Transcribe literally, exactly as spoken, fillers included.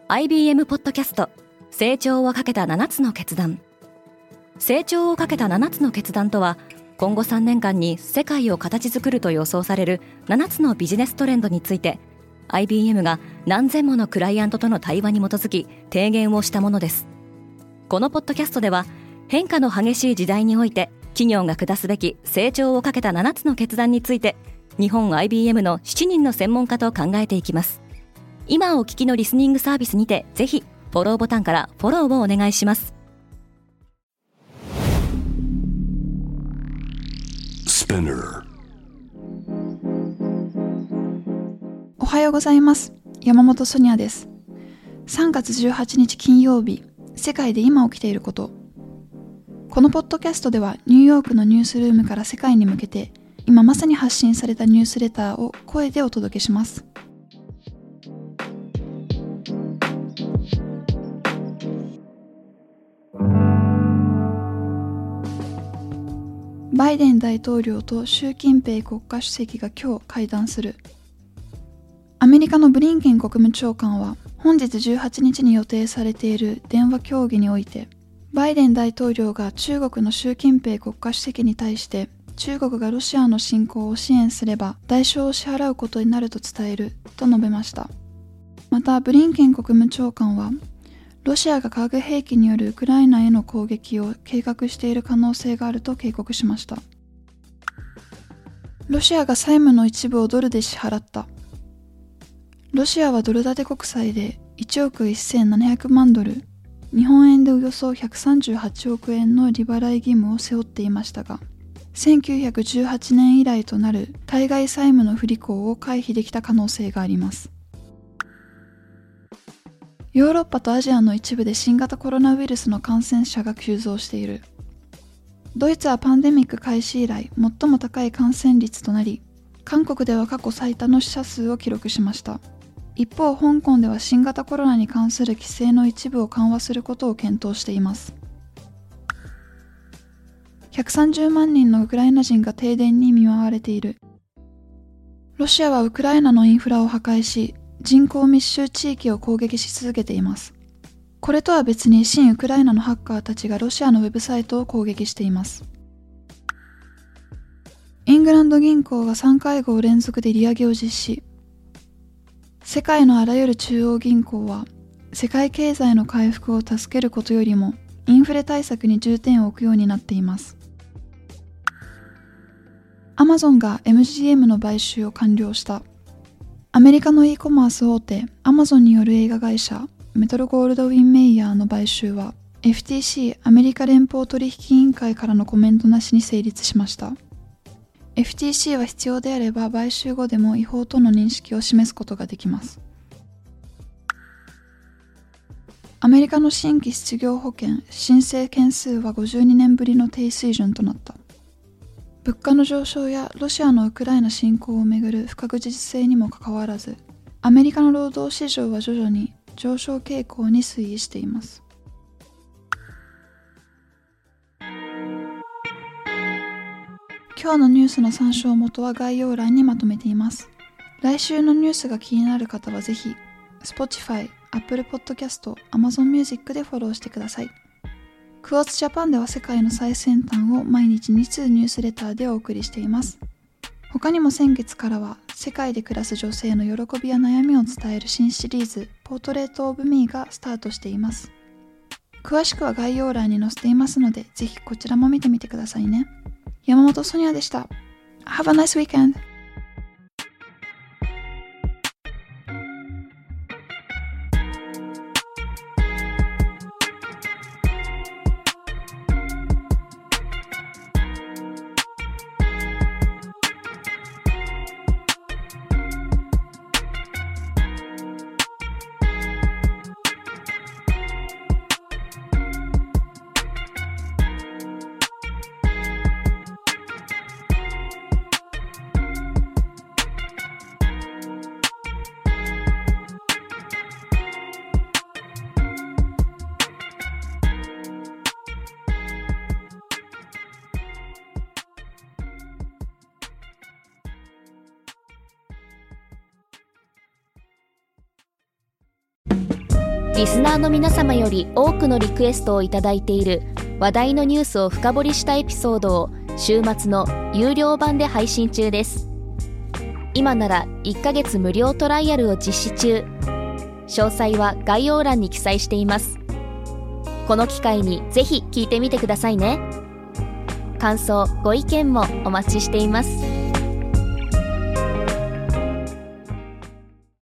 アイビーエム ポッドキャスト成長をかけたななつの決断。成長をかけたななつの決断とは、今後さんねんかんに世界を形作ると予想されるななつのビジネストレンドについて アイビーエム が何千ものクライアントとの対話に基づき提言をしたものです。このポッドキャストでは、変化の激しい時代において企業が下すべき成長をかけたななつの決断について、日本 アイビーエム のしちにんの専門家と考えていきます。今お聞きのリスニングサービスにて、ぜひフォローボタンからフォローをお願いします。 おはようございます。山本ソニアです。さんがつじゅうはちにち金曜日、世界で今起きていること。このポッドキャストでは、ニューヨークのニュースルームから世界に向けて、今まさに発信されたニュースレターを声でお届けします。バイデン大統領と習近平国家主席が今日会談する。アメリカのブリンケン国務長官は本日じゅうはちにちに予定されている電話協議において、バイデン大統領が中国の習近平国家主席に対して中国がロシアの侵攻を支援すれば代償を支払うことになると伝えると述べました。またブリンケン国務長官は、ロシアが化学兵器によるウクライナへの攻撃を計画している可能性があると警告しました。ロシアが債務の一部をドルで支払った。ロシアはドル建て国債でいちおくせんななひゃくまんドル、日本円でおよそひゃくさんじゅうはちおくえんの利払い義務を背負っていましたが、せんきゅうひゃくじゅうはちねん以来となる対外債務の不履行を回避できた可能性があります。ヨーロッパとアジアの一部で新型コロナウイルスの感染者が急増している。ドイツはパンデミック開始以来最も高い感染率となり、韓国では過去最多の死者数を記録しました。一方、香港では新型コロナに関する規制の一部を緩和することを検討しています。ひゃくさんじゅうまんにんのウクライナ人が停電に見舞われている。ロシアはウクライナのインフラを破壊し、人口密集地域を攻撃し続けています。これとは別に親ウクライナのハッカーたちがロシアのウェブサイトを攻撃しています。イングランド銀行がさんかいごう連続で利上げを実施。世界のあらゆる中央銀行は、世界経済の回復を助けることよりもインフレ対策に重点を置くようになっています。アマゾンが エムジーエム の買収を完了した。アメリカの e コマース大手アマゾンによる映画会社メトロゴールドウィンメイヤーの買収は エフティーシー アメリカ連邦取引委員会からのコメントなしに成立しました。 エフティーシー は必要であれば買収後でも違法との認識を示すことができます。アメリカの新規失業保険申請件数はごじゅうにねんぶりの低水準となった。物価の上昇やロシアのウクライナ侵攻をめぐる不確実性にもかかわらず、アメリカの労働市場は徐々に上昇傾向に推移しています。今日のニュースの参照元は概要欄にまとめています。来週のニュースが気になる方はぜひ Spotify、Apple Podcast、Amazon Music でフォローしてください。クォーツジャパンでは世界の最先端を毎日につうニュースレターでお送りしています。他にも先月からは世界で暮らす女性の喜びや悩みを伝える新シリーズポートレートオブミーがスタートしています。詳しくは概要欄に載せていますので、ぜひこちらも見てみてくださいね。山本ソニアでした。Have a nice weekend! リスナーの皆様より多くのリクエストをいただいている話題のニュースを深掘りしたエピソードを週末の有料版で配信中です。今ならいっかげつ無料トライアルを実施中。詳細は概要欄に記載しています。この機会にぜひ聞いてみてくださいね。感想、ご意見もお待ちしています。